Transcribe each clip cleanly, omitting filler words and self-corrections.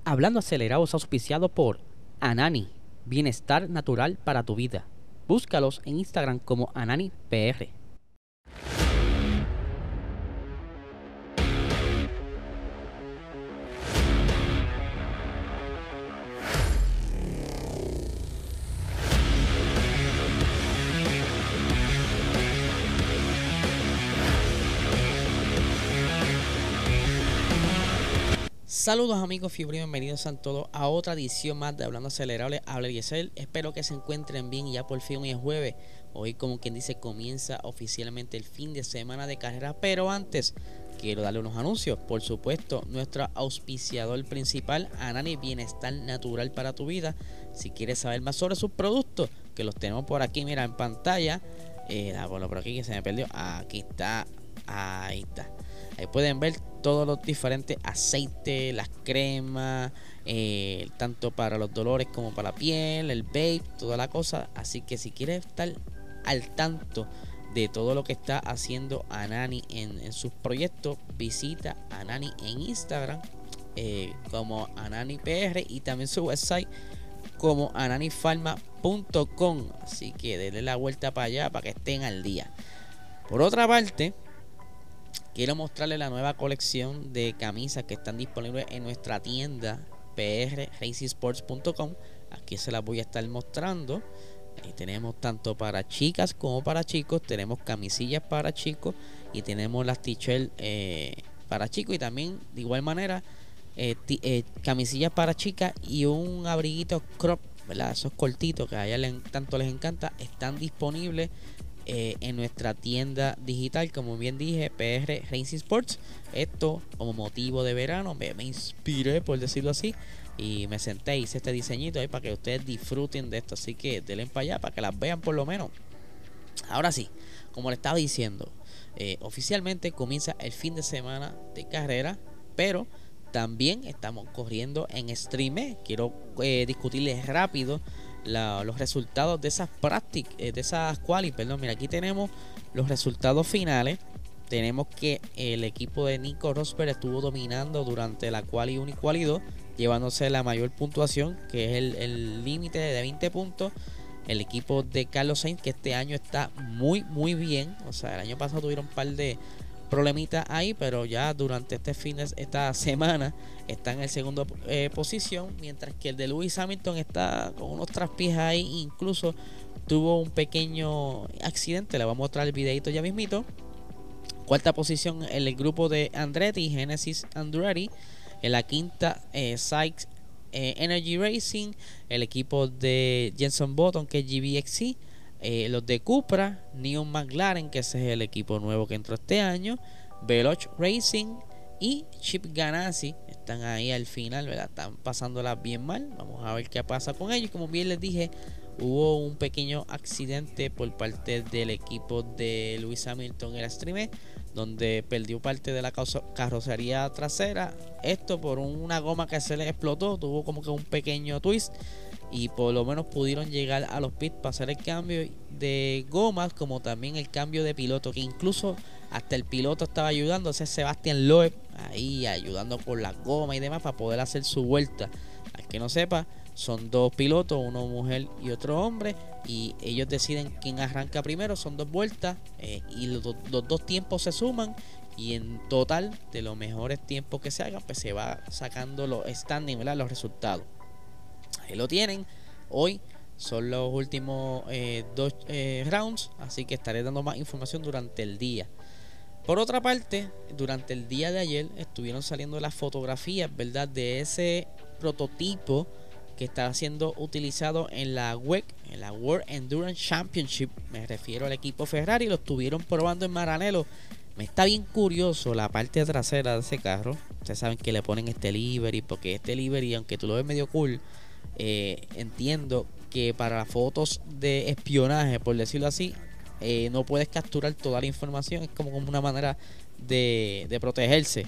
Hablando Acelerado es auspiciado por Anani, bienestar natural para tu vida. Búscalos en Instagram como AnaniPR. Saludos amigos Fibri, bienvenidos a todos a otra edición más de Hablando Acelerable. Habla Eliezer, espero que se encuentren bien y ya por fin hoy es jueves. Hoy, como quien dice, comienza oficialmente el fin de semana de carrera, pero antes quiero darle unos anuncios. Por supuesto, nuestro auspiciador principal, Anani, bienestar natural para tu vida. Si quieres saber más sobre sus productos, que los tenemos por aquí, mira, en pantalla. Bueno, por aquí que se me perdió. Aquí está, ahí está. Ahí pueden ver todos los diferentes aceites, las cremas, tanto para los dolores como para la piel, el vape, toda la cosa. Así que si quieres estar al tanto de todo lo que está haciendo Anani en sus proyectos, visita Anani en Instagram como AnaniPR y también su website como ananifarma.com. Así que denle la vuelta para allá para que estén al día. Por otra parte, quiero mostrarles la nueva colección de camisas que están disponibles en nuestra tienda prracingsports.com. Aquí se las voy a estar mostrando. Ahí tenemos tanto para chicas como para chicos. Tenemos camisillas para chicos y tenemos las t-shirts para chicos. Y también de igual manera camisillas para chicas y un abriguito crop, ¿verdad? Esos cortitos que a ella tanto les encanta. Están disponibles en nuestra tienda digital, como bien dije, PR Racing Sports. Esto como motivo de verano me inspiré, por decirlo así, y me senté y hice este diseñito ahí para que ustedes disfruten de esto. Así que denle para allá para que las vean por lo menos. Ahora sí, como le estaba diciendo, oficialmente comienza el fin de semana de carrera, pero también estamos corriendo en stream. Quiero discutirles rápido los resultados de esas prácticas, de esas quali, perdón. Mira, aquí tenemos los resultados finales. Tenemos que el equipo de Nico Rosberg estuvo dominando durante la quali 1 y quali 2, llevándose la mayor puntuación, que es el límite de 20 puntos. El equipo de Carlos Sainz, que este año está muy bien. O sea, el año pasado tuvieron un par de problemitas ahí, pero ya durante esta semana está en el segundo posición, mientras que el de Lewis Hamilton está con unos traspiés ahí, incluso tuvo un pequeño accidente. Le voy a mostrar el videito ya mismito. Cuarta posición el grupo de Andretti, Genesis Andretti. En la quinta Sykes Energy Racing, el equipo de Jenson Button, que es GVXC. Los de Cupra, Neon McLaren, que ese es el equipo nuevo que entró este año, Veloce Racing y Chip Ganassi están ahí al final, ¿verdad? Están pasándola bien mal. Vamos a ver qué pasa con ellos. Como bien les dije, hubo un pequeño accidente por parte del equipo de Lewis Hamilton en la stream, donde perdió parte de la carrocería trasera. Esto por una goma que se le explotó, tuvo como que un pequeño twist, y por lo menos pudieron llegar a los pits para hacer el cambio de gomas, como también el cambio de piloto, que incluso hasta el piloto estaba ayudando, ese Sebastián Loeb, ahí ayudando con la goma y demás para poder hacer su vuelta. Al que no sepa, son dos pilotos, una mujer y otro hombre, y ellos deciden quién arranca primero. Son dos vueltas y los dos tiempos se suman, y en total de los mejores tiempos que se hagan, pues se va sacando los standings, ¿verdad? Los resultados. Ahí lo tienen. Hoy son los últimos dos rounds, así que estaré dando más información durante el día. Por otra parte, durante el día de ayer estuvieron saliendo las fotografías, ¿verdad?, de ese prototipo que está siendo utilizado en la WEC, en la World Endurance Championship. Me refiero al equipo Ferrari. Lo estuvieron probando en Maranello. Me está bien curioso la parte trasera de ese carro. Ustedes saben que le ponen este livery, porque este livery, aunque tú lo ves medio cool, entiendo que para fotos de espionaje, por decirlo así, no puedes capturar toda la información. Es como una manera de protegerse.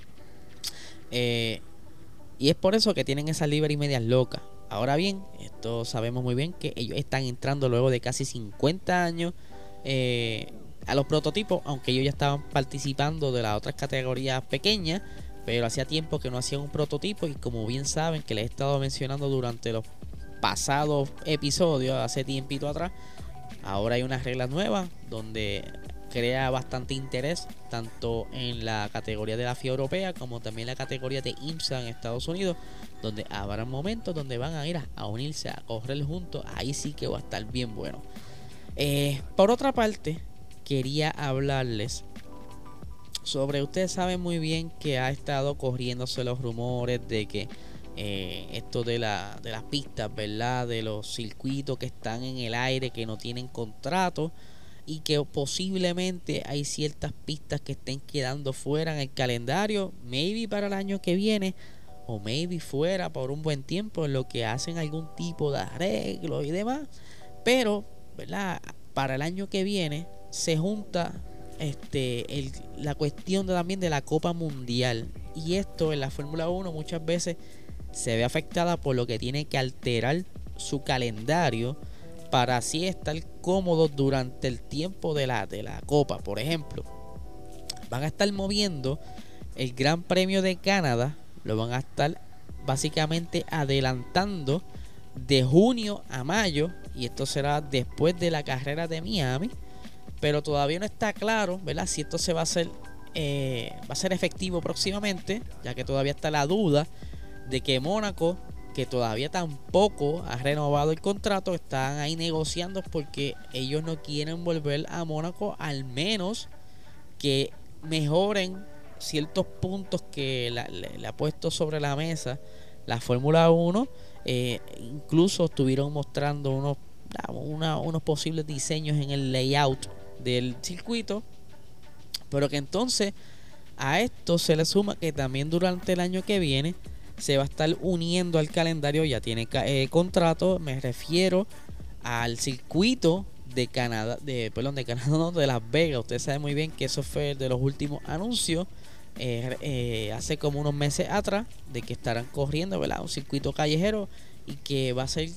Y es por eso que tienen esas livery medias locas. Ahora bien, esto sabemos muy bien que ellos están entrando luego de casi 50 años a los prototipos, aunque ellos ya estaban participando de las otras categorías pequeñas, pero hacía tiempo que no hacía un prototipo, y como bien saben que les he estado mencionando durante los pasados episodios, hace tiempito atrás, ahora hay unas reglas nuevas donde crea bastante interés tanto en la categoría de la FIA europea como también la categoría de IMSA en Estados Unidos, donde habrá momentos donde van a ir a unirse a correr juntos. Ahí sí que va a estar bien bueno. Por otra parte, quería hablarles sobre, ustedes saben muy bien que ha estado corriéndose los rumores de que esto de las pistas, ¿verdad? De los circuitos que están en el aire, que no tienen contrato, y que posiblemente hay ciertas pistas que estén quedando fuera en el calendario, maybe para el año que viene, o maybe fuera por un buen tiempo, en lo que hacen algún tipo de arreglo y demás. Pero, ¿verdad? Para el año que viene se junta la cuestión también de la Copa Mundial, y esto en la Fórmula 1 muchas veces se ve afectada por lo que tiene que alterar su calendario para así estar cómodos durante el tiempo de la Copa. Por ejemplo, van a estar moviendo el Gran Premio de Canadá, lo van a estar básicamente adelantando de junio a mayo, y esto será después de la carrera de Miami, pero todavía no está claro, ¿verdad?, si esto se va a ser efectivo próximamente, ya que todavía está la duda de que Mónaco, que todavía tampoco ha renovado el contrato, están ahí negociando porque ellos no quieren volver a Mónaco, al menos que mejoren ciertos puntos que le ha puesto sobre la mesa la Fórmula 1. Incluso estuvieron mostrando unos posibles diseños en el layout del circuito, pero que entonces a esto se le suma que también durante el año que viene se va a estar uniendo al calendario, ya tiene contrato, me refiero al circuito de Canadá, de Canadá, no, de Las Vegas. Ustedes saben muy bien que eso fue de los últimos anuncios hace como unos meses atrás, de que estarán corriendo, ¿verdad?, un circuito callejero, y que va a ser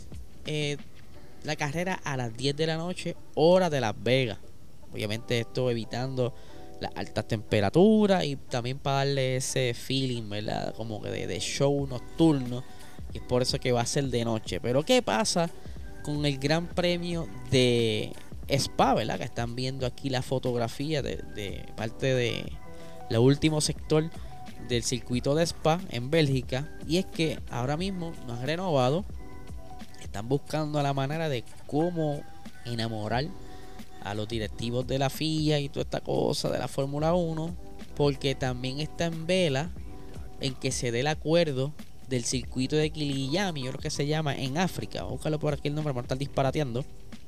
la carrera a las 10 de la noche, hora de Las Vegas. Obviamente esto evitando las altas temperaturas y también para darle ese feeling, ¿verdad?, como que de show nocturno, y es por eso que va a ser de noche. Pero ¿qué pasa con el Gran Premio de Spa, ¿verdad?, que están viendo aquí la fotografía de parte de el último sector del circuito de Spa en Bélgica? Y es que ahora mismo no han renovado, están buscando la manera de cómo enamorar a los directivos de la FIA y toda esta cosa de la Fórmula 1, porque también está en vela en que se dé el acuerdo del circuito de Kialami, yo creo que se llama, en África. Búscalo por aquí el nombre para no estar disparateando.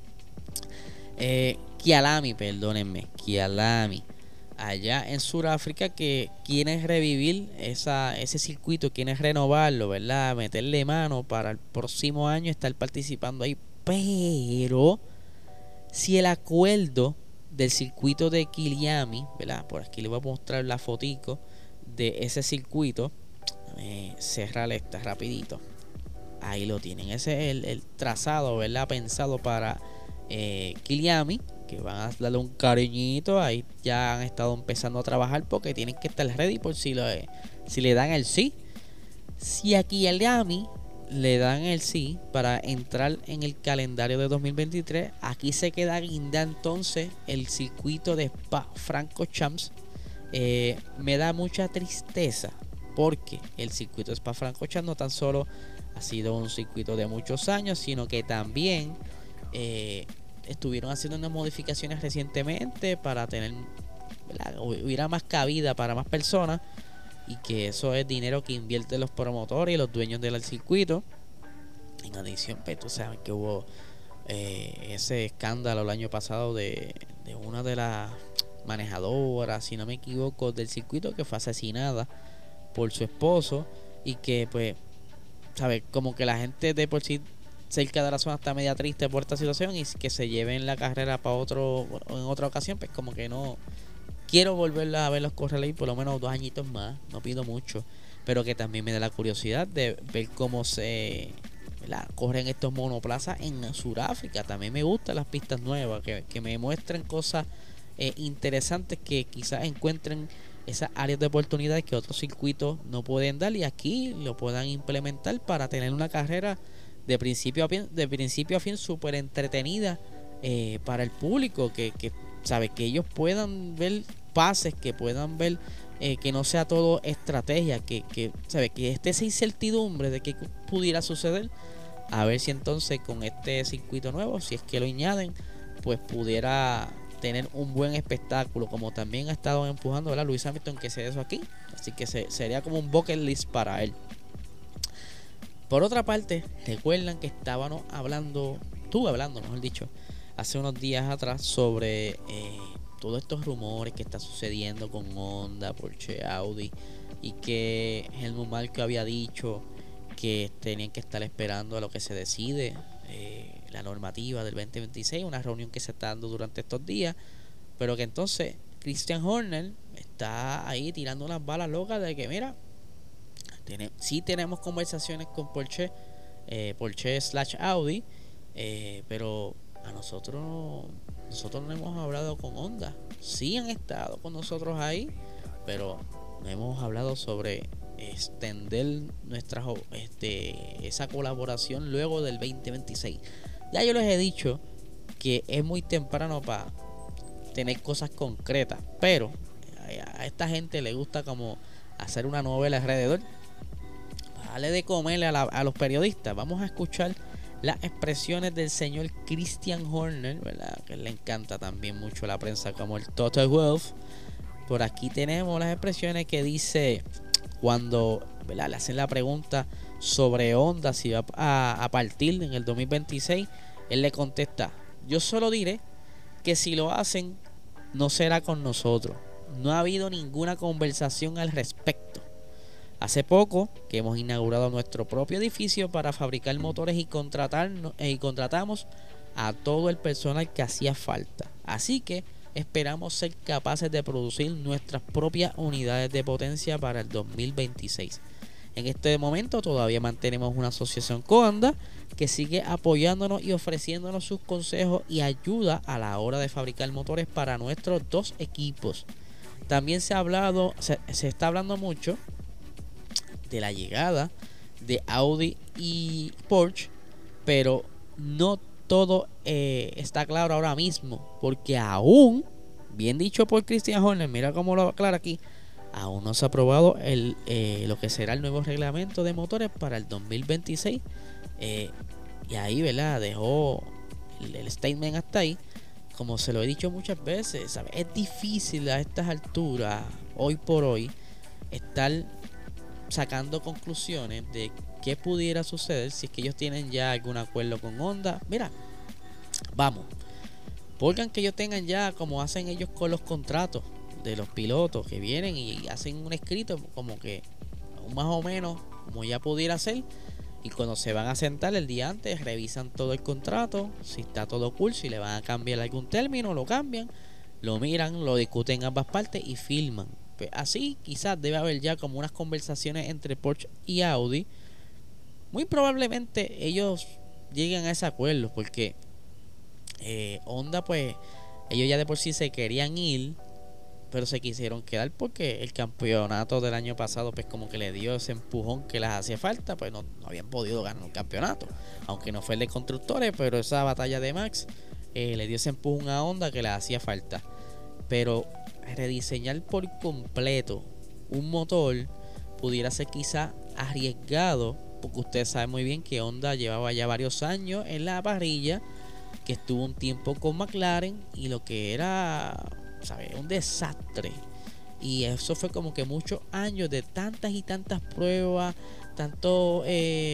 Kialami, perdónenme, Kialami, allá en Sudáfrica, que quieren revivir ese circuito, quieren renovarlo, ¿verdad?, meterle mano para el próximo año estar participando ahí. Pero si el acuerdo del circuito de Kialami, ¿verdad?, por aquí les voy a mostrar la fotico de ese circuito, cerrar esta rapidito, ahí lo tienen, ese es el trazado, ¿verdad?, pensado para Kialami, que van a darle un cariñito. Ahí ya han estado empezando a trabajar porque tienen que estar ready por si le dan el sí. Si a Kialami le dan el sí para entrar en el calendario de 2023, aquí se queda guinda entonces el circuito de Spa-Francorchamps. Me da mucha tristeza porque el circuito de Spa-Francorchamps no tan solo ha sido un circuito de muchos años, sino que también estuvieron haciendo unas modificaciones recientemente para tener, ¿verdad?, hubiera más cabida para más personas, y que eso es dinero que invierten los promotores y los dueños del circuito. En adición, pues tú sabes que hubo ese escándalo el año pasado de una de las manejadoras, si no me equivoco, del circuito, que fue asesinada por su esposo, y que pues, ¿sabes?, como que la gente de por sí cerca de la zona está media triste por esta situación, y que se lleven la carrera para en otra ocasión, pues como que no quiero volverla a verlos correr ahí por lo menos 2 añitos más, no pido mucho, pero que también me da la curiosidad de ver cómo se, ¿verdad?, corren estos monoplazas en Sudáfrica. También me gustan las pistas nuevas, que me muestren cosas interesantes que quizás encuentren esas áreas de oportunidades que otros circuitos no pueden dar y aquí lo puedan implementar para tener una carrera de principio a fin súper entretenida para el público, que sabe que ellos puedan ver pases, que puedan ver que no sea todo estrategia, que sabe que esté esa incertidumbre de qué pudiera suceder. A ver si entonces con este circuito nuevo, si es que lo añaden, pues pudiera tener un buen espectáculo, como también ha estado empujando, ¿verdad?, Lewis Hamilton, que sea eso aquí. Así que sería como un bucket list para él. Por otra parte, recuerdan que estuve hablando, mejor dicho, hace unos días atrás sobre todos estos rumores que está sucediendo con Honda, Porsche, Audi, y que Helmut Marko había dicho que tenían que estar esperando a lo que se decide la normativa del 2026, una reunión que se está dando durante estos días, pero que entonces Christian Horner está ahí tirando unas balas locas de que mira, sí tenemos conversaciones con Porsche / Audi, pero a nosotros no hemos hablado con Honda. Sí han estado con nosotros ahí, pero no hemos hablado sobre extender esa colaboración luego del 2026. Ya yo les he dicho que es muy temprano para tener cosas concretas, pero a esta gente le gusta como hacer una novela alrededor, darle de comerle a los periodistas. Vamos a escuchar las expresiones del señor Christian Horner, ¿verdad?, que le encanta también mucho la prensa como el Total Wolf. Por aquí tenemos las expresiones que dice cuando, ¿verdad?, le hacen la pregunta sobre Honda si va a partir en el 2026. Él le contesta: yo solo diré que si lo hacen no será con nosotros. No ha habido ninguna conversación al respecto. Hace poco que hemos inaugurado nuestro propio edificio para fabricar motores y contratamos a todo el personal que hacía falta. Así que esperamos ser capaces de producir nuestras propias unidades de potencia para el 2026. En este momento todavía mantenemos una asociación con Honda que sigue apoyándonos y ofreciéndonos sus consejos y ayuda a la hora de fabricar motores para nuestros dos equipos. También se está hablando mucho de la llegada de Audi y Porsche, pero no todo está claro ahora mismo, porque aún, bien dicho por Christian Horner, mira cómo lo aclara aquí, aún no se ha aprobado lo que será el nuevo reglamento de motores para el 2026, y ahí, ¿verdad?, dejó el statement hasta ahí. Como se lo he dicho muchas veces, ¿sabes?, es difícil a estas alturas, hoy por hoy, estar sacando conclusiones de qué pudiera suceder si es que ellos tienen ya algún acuerdo con Honda. Mira, vamos, porque que ellos tengan ya, como hacen ellos con los contratos de los pilotos, que vienen y hacen un escrito como que más o menos como ya pudiera ser, y cuando se van a sentar el día antes revisan todo el contrato, si está todo cool, si le van a cambiar algún término lo cambian, lo miran, lo discuten ambas partes y firman. Pues así quizás debe haber ya como unas conversaciones entre Porsche y Audi. Muy probablemente ellos lleguen a ese acuerdo, porque Honda, pues ellos ya de por sí se querían ir, pero se quisieron quedar porque el campeonato del año pasado pues como que le dio ese empujón que les hacía falta, pues no habían podido ganar un campeonato, aunque no fue el de constructores, pero esa batalla de Max le dio ese empujón a Honda que les hacía falta. Pero rediseñar por completo un motor pudiera ser quizá arriesgado, porque usted sabe muy bien que Honda llevaba ya varios años en la parrilla, que estuvo un tiempo con McLaren y lo que era, ¿sabes?, un desastre. Y eso fue como que muchos años de tantas y tantas pruebas, tanto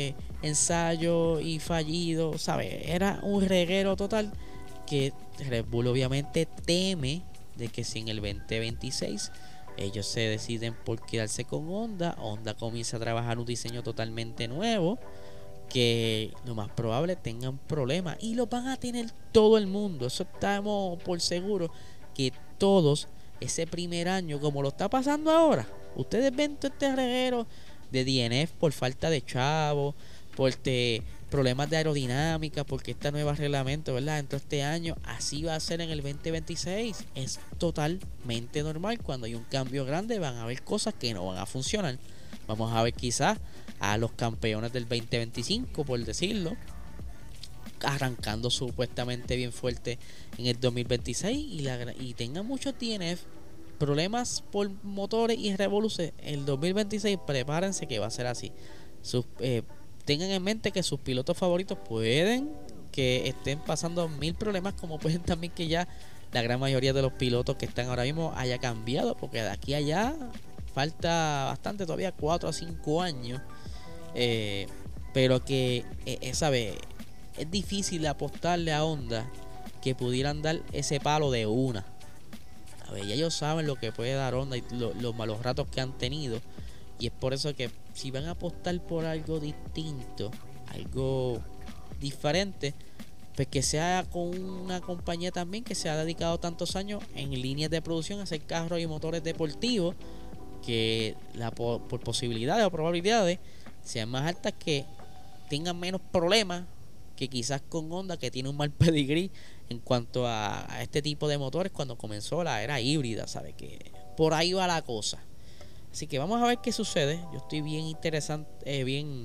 ensayos y fallidos, ¿sabes? Era un reguero total que Red Bull obviamente teme de que si en el 2026 ellos se deciden por quedarse con Honda comienza a trabajar un diseño totalmente nuevo, que lo más probable tengan problemas, y lo van a tener todo el mundo. Eso estamos por seguro, que todos ese primer año, como lo está pasando ahora, ustedes ven todo este reguero de DNF por falta de chavo, por problemas de aerodinámica porque este nuevo reglamento, ¿verdad?, entró este año. Así va a ser en el 2026. Es totalmente normal. Cuando hay un cambio grande van a haber cosas que no van a funcionar. Vamos a ver quizás a los campeones del 2025, por decirlo, arrancando supuestamente bien fuerte en el 2026 y tengan muchos DNF, problemas por motores y revoluciones. El 2026 prepárense que va a ser así. Tengan en mente que sus pilotos favoritos pueden que estén pasando 1000 problemas, como pueden también que ya la gran mayoría de los pilotos que están ahora mismo haya cambiado, porque de aquí a allá falta bastante, todavía 4 a 5 años. Pero que ¿sabe? Es difícil apostarle a Honda que pudieran dar ese palo de una. A ver, ya ellos saben lo que puede dar Honda y los malos ratos que han tenido. Y es por eso que si van a apostar por algo distinto, algo diferente, pues que sea con una compañía también que se ha dedicado tantos años en líneas de producción a hacer carros y motores deportivos, que por posibilidades o probabilidades sean más altas, que tengan menos problemas que quizás con Honda, que tiene un mal pedigrí en cuanto a este tipo de motores cuando comenzó la era híbrida, ¿sabe? Que por ahí va la cosa. Así que vamos a ver qué sucede. Yo estoy bien interesante, bien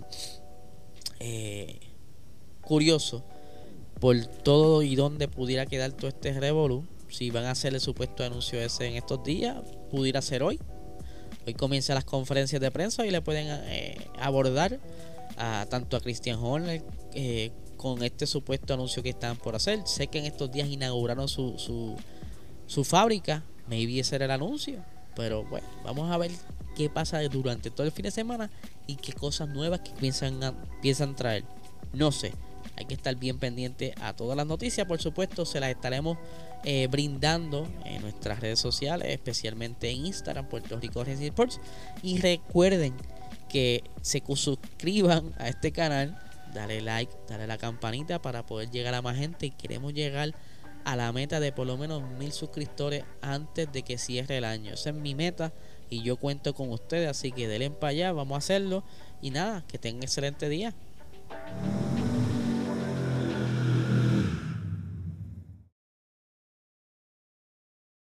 curioso por todo y dónde pudiera quedar todo este revolú. Si van a hacer el supuesto anuncio ese en estos días, pudiera ser hoy. Hoy comienzan las conferencias de prensa y le pueden abordar tanto a Christian Horner con este supuesto anuncio que están por hacer. Sé que en estos días inauguraron su fábrica. Maybe ese era el anuncio. Pero bueno, vamos a ver qué pasa durante todo el fin de semana y qué cosas nuevas que piensan traer. No sé, hay que estar bien pendiente a todas las noticias. Por supuesto, se las estaremos brindando en nuestras redes sociales, especialmente en Instagram, Puerto Rico Racing Sports. Y recuerden que se suscriban a este canal, dale like, dale a la campanita para poder llegar a más gente. Y queremos llegar a la meta de por lo menos 1000 suscriptores antes de que cierre el año. Esa es mi meta y yo cuento con ustedes, así que denle para allá, vamos a hacerlo. Y nada, que tengan un excelente día.